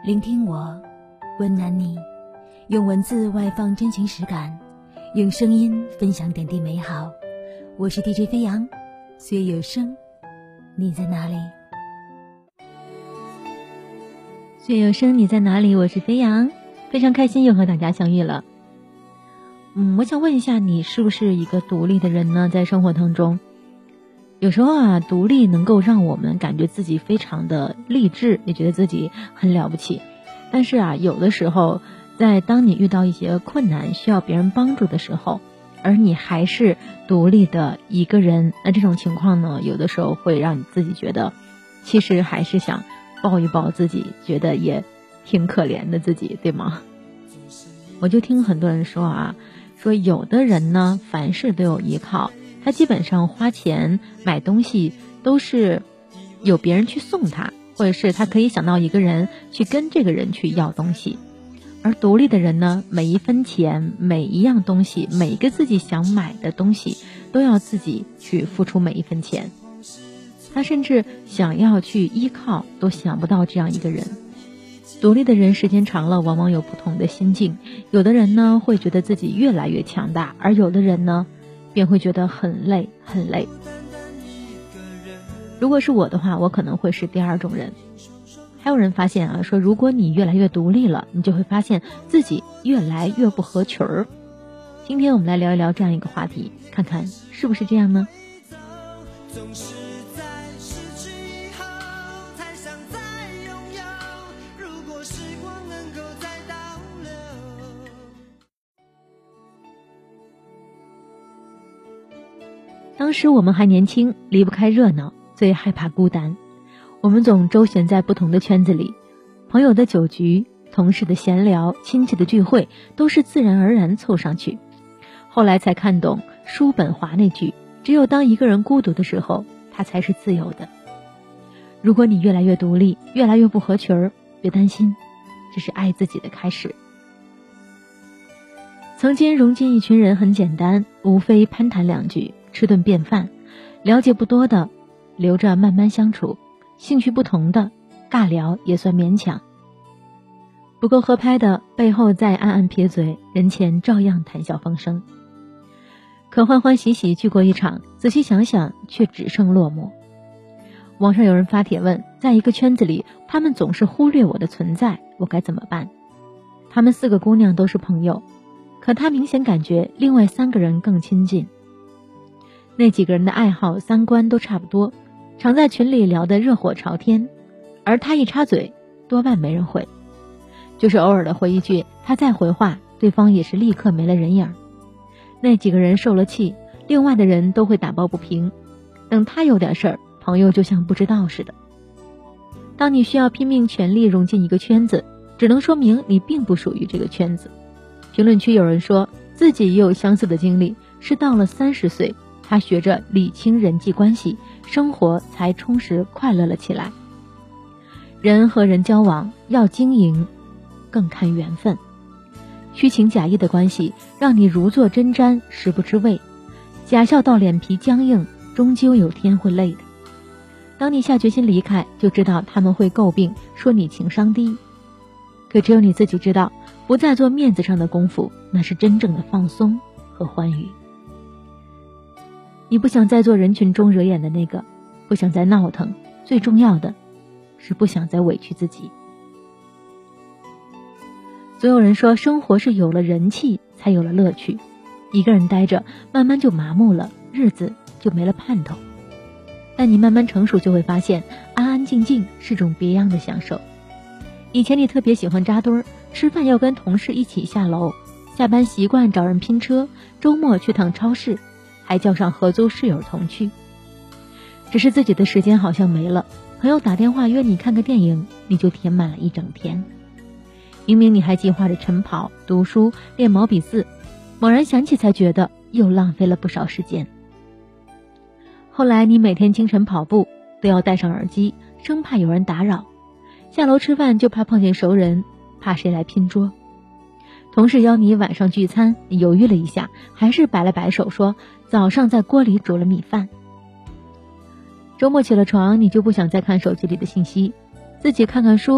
聆听我，温暖你，用文字外放真情实感，用声音分享点滴美好。我是 DJ 飞扬，岁月有声，你在哪里？岁月有声，你在哪里？我是飞扬，非常开心又和大家相遇了。我想问一下，你是不是一个独立的人呢？在生活当中，有时候独立能够让我们感觉自己非常的励志，也觉得自己很了不起。但是有的时候，当你遇到一些困难需要别人帮助的时候，而你还是独立的一个人，那这种情况呢，有的时候会让你自己觉得，其实还是想抱一抱自己，觉得也挺可怜的自己，对吗？我就听很多人说说有的人呢，凡事都有依靠，他基本上花钱买东西都是有别人去送他，或者是他可以想到一个人去跟这个人去要东西。而独立的人呢，每一分钱，每一样东西，每一个自己想买的东西都要自己去付出每一分钱。他甚至想要去依靠都想不到这样一个人。独立的人时间长了，往往有不同的心境。有的人呢会觉得自己越来越强大，而有的人呢便会觉得很累很累。如果是我的话，我可能会是第二种人。还有人发现说如果你越来越独立了，你就会发现自己越来越不合群儿。今天我们来聊一聊这样一个话题，看看是不是这样呢？当时我们还年轻，离不开热闹，最害怕孤单。我们总周旋在不同的圈子里，朋友的酒局，同事的闲聊，亲戚的聚会，都是自然而然凑上去。后来才看懂叔本华那句，只有当一个人孤独的时候，他才是自由的。如果你越来越独立，越来越不合群儿，别担心，这是爱自己的开始。曾经融进一群人很简单，无非攀谈两句，吃顿便饭，了解不多的留着慢慢相处，兴趣不同的尬聊也算勉强，不够合拍的背后再暗暗撇嘴，人前照样谈笑风生。可欢欢喜喜聚过一场，仔细想想却只剩落寞。网上有人发帖问，在一个圈子里，他们总是忽略我的存在，我该怎么办？他们4个姑娘都是朋友，可他明显感觉另外3个人更亲近。那几个人的爱好3观都差不多，常在群里聊得热火朝天，而他一插嘴多半没人回，就是偶尔的回一句，他再回话，对方也是立刻没了人影。那几个人受了气，另外的人都会打抱不平，等他有点事儿，朋友就像不知道似的。当你需要拼命全力融进一个圈子，只能说明你并不属于这个圈子。评论区有人说自己也有相似的经历，是到了30岁，他学着理清人际关系，生活才充实快乐了起来。人和人交往要经营，更看缘分。虚情假意的关系让你如坐针毡，食不知味，假笑到脸皮僵硬，终究有天会累的。当你下决心离开，就知道他们会诟病，说你情商低。可只有你自己知道，不再做面子上的功夫，那是真正的放松和欢愉。你不想再做人群中惹眼的那个，不想再闹腾，最重要的是不想再委屈自己。总有人说，生活是有了人气才有了乐趣，一个人待着慢慢就麻木了，日子就没了盼头。但你慢慢成熟，就会发现安安静静是种别样的享受。以前你特别喜欢扎堆儿，吃饭要跟同事一起下楼，下班习惯找人拼车，周末去趟超市，还叫上合租室友同去。只是自己的时间好像没了，朋友打电话约你看个电影，你就填满了一整天。明明你还计划着晨跑、读书、练毛笔字，猛然想起才觉得又浪费了不少时间。后来你每天清晨跑步都要戴上耳机，生怕有人打扰，下楼吃饭就怕碰见熟人，怕谁来拼桌。同事邀你晚上聚餐，你犹豫了一下，还是摆了摆手说早上在锅里煮了米饭。周末起了床，你就不想再看手机里的信息，自己看看书，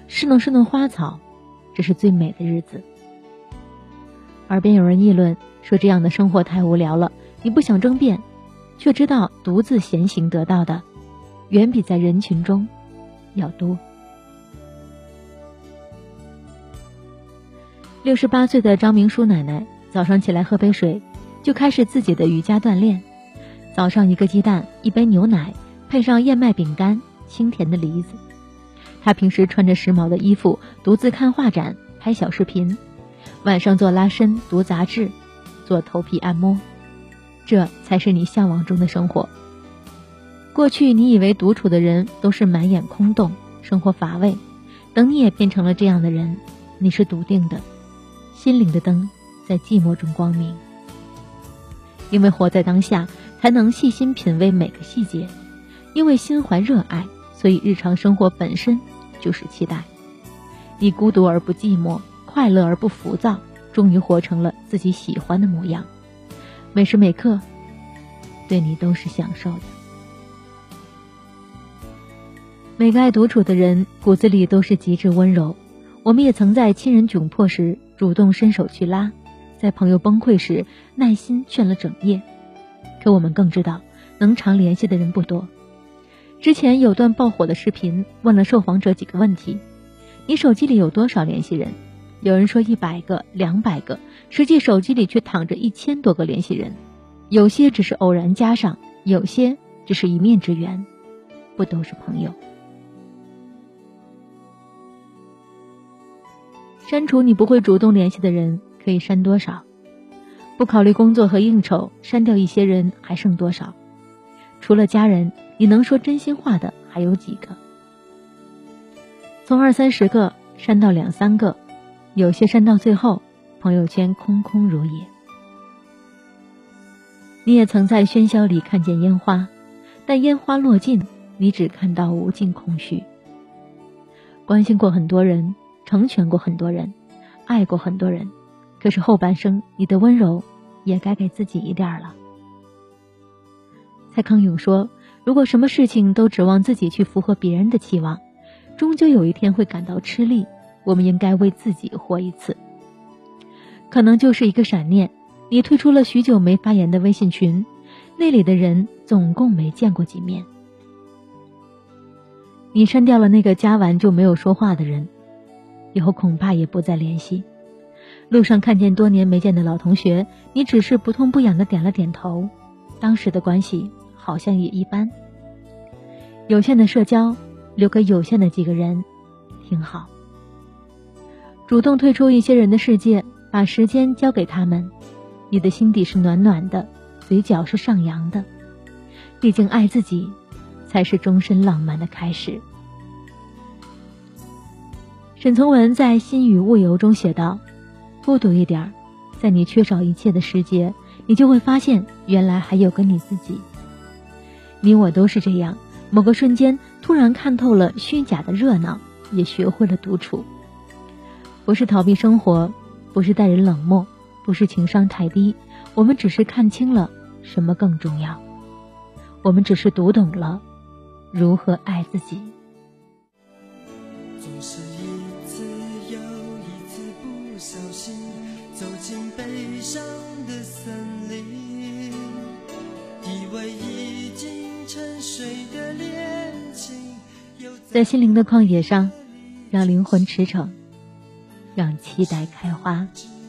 侍弄花草，这是最美的日子。耳边有人议论说这样的生活太无聊了，你不想争辩，却知道独自闲行得到的远比在人群中要多。68岁的张明淑奶奶早上起来喝杯水，就开始自己的瑜伽锻炼。早上1个鸡蛋，1杯牛奶，配上燕麦饼干，清甜的梨子。她平时穿着时髦的衣服，独自看画展，拍小视频，晚上做拉伸，读杂志，做头皮按摩。这才是你向往中的生活。过去你以为独处的人都是满眼空洞，生活乏味，等你也变成了这样的人，你是笃定的，心灵的灯在寂寞中光明。因为活在当下，才能细心品味每个细节，因为心怀热爱，所以日常生活本身就是期待。你孤独而不寂寞，快乐而不浮躁，终于活成了自己喜欢的模样。每时每刻对你都是享受的。每个爱独处的人骨子里都是极致温柔，我们也曾在亲人窘迫时主动伸手去拉，在朋友崩溃时耐心劝了整夜。可我们更知道，能常联系的人不多。之前有段爆火的视频，问了受访者几个问题：你手机里有多少联系人？有人说100个、200个，实际手机里却躺着1000多个联系人，有些只是偶然加上，有些只是一面之缘，不都是朋友。删除你不会主动联系的人，可以删多少？不考虑工作和应酬，删掉一些人还剩多少？除了家人，你能说真心话的还有几个？从20-30个删到2-3个，有些删到最后，朋友圈空空如也。你也曾在喧嚣里看见烟花，但烟花落尽，你只看到无尽空虚。关心过很多人，成全过很多人，爱过很多人，可是后半生你的温柔也该给自己一点了。蔡康永说，如果什么事情都指望自己去符合别人的期望，终究有一天会感到吃力。我们应该为自己活一次。可能就是一个闪念，你退出了许久没发言的微信群，那里的人总共没见过几面。你删掉了那个加完就没有说话的人，以后恐怕也不再联系。路上看见多年没见的老同学，你只是不痛不痒地点了点头，当时的关系好像也一般。有限的社交留给有限的几个人挺好。主动退出一些人的世界，把时间交给他们，你的心底是暖暖的，嘴角是上扬的。毕竟爱自己才是终身浪漫的开始。沈从文在《心语物游》中写道，孤独一点，在你缺少一切的时节，你就会发现原来还有个你自己。你我都是这样，某个瞬间突然看透了虚假的热闹，也学会了独处。不是逃避生活，不是待人冷漠，不是情商太低，我们只是看清了什么更重要，我们只是读懂了如何爱自己。 总是一次又一次不小心走进悲伤的森林，以为已经沉睡的恋情， 在心灵的旷野上，让灵魂驰骋，让期待开花。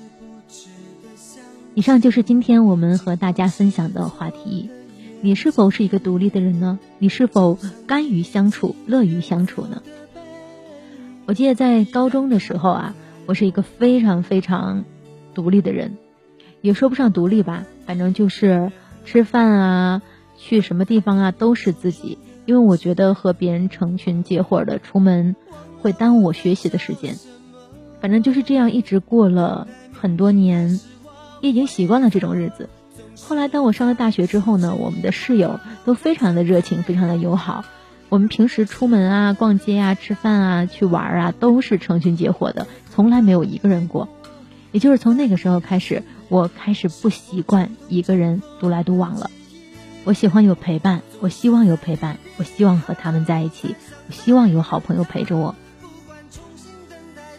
以上就是今天我们和大家分享的话题。你是否是一个独立的人呢？你是否甘于相处，乐于相处呢？我记得在高中的时候啊，我是一个非常非常独立的人，也说不上独立吧，反正就是吃饭啊，去什么地方啊都是自己，因为我觉得和别人成群结伙的出门会耽误我学习的时间。反正就是这样一直过了很多年，也已经习惯了这种日子。后来当我上了大学之后呢，我们的室友都非常的热情，非常的友好。我们平时出门啊、逛街啊、吃饭啊、去玩啊，都是成群结伙的，从来没有一个人过。也就是从那个时候开始，我开始不习惯一个人独来独往了。我喜欢有陪伴，我希望有陪伴，我希望和他们在一起，我希望有好朋友陪着我。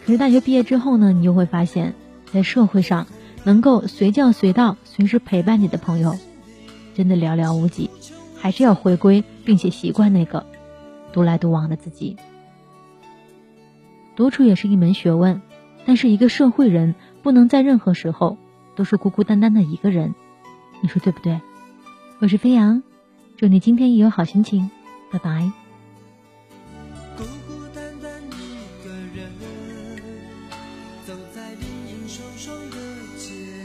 可是大学毕业之后呢，你就会发现，在社会上能够随叫随到、随时陪伴你的朋友，真的寥寥无几。还是要回归并且习惯那个独来独往的自己。独处也是一门学问，但是一个社会人不能在任何时候都是孤孤单单的一个人，你说对不对？我是飞扬，祝你今天也有好心情，拜拜。 孤孤单单一个人，走在林荫霜霜的街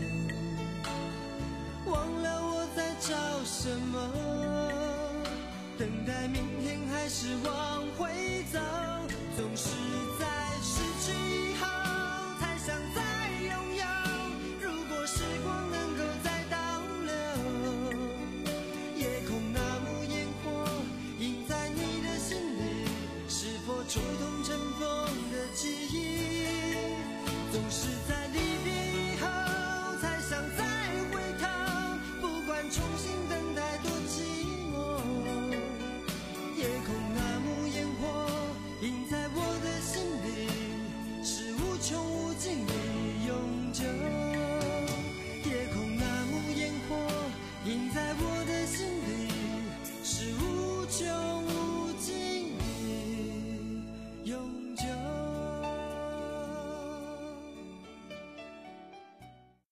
头，忘了我在找什么，等待明天还是往回走，总是在失去以后才想再拥有，如果时光能够再倒流，夜空那幕烟火映在你的心里，是否触动尘封的记忆，总是在离别以后才想再回头，不管重新等待多寂寞，夜空那幕烟火映在我的心里，是无穷无尽的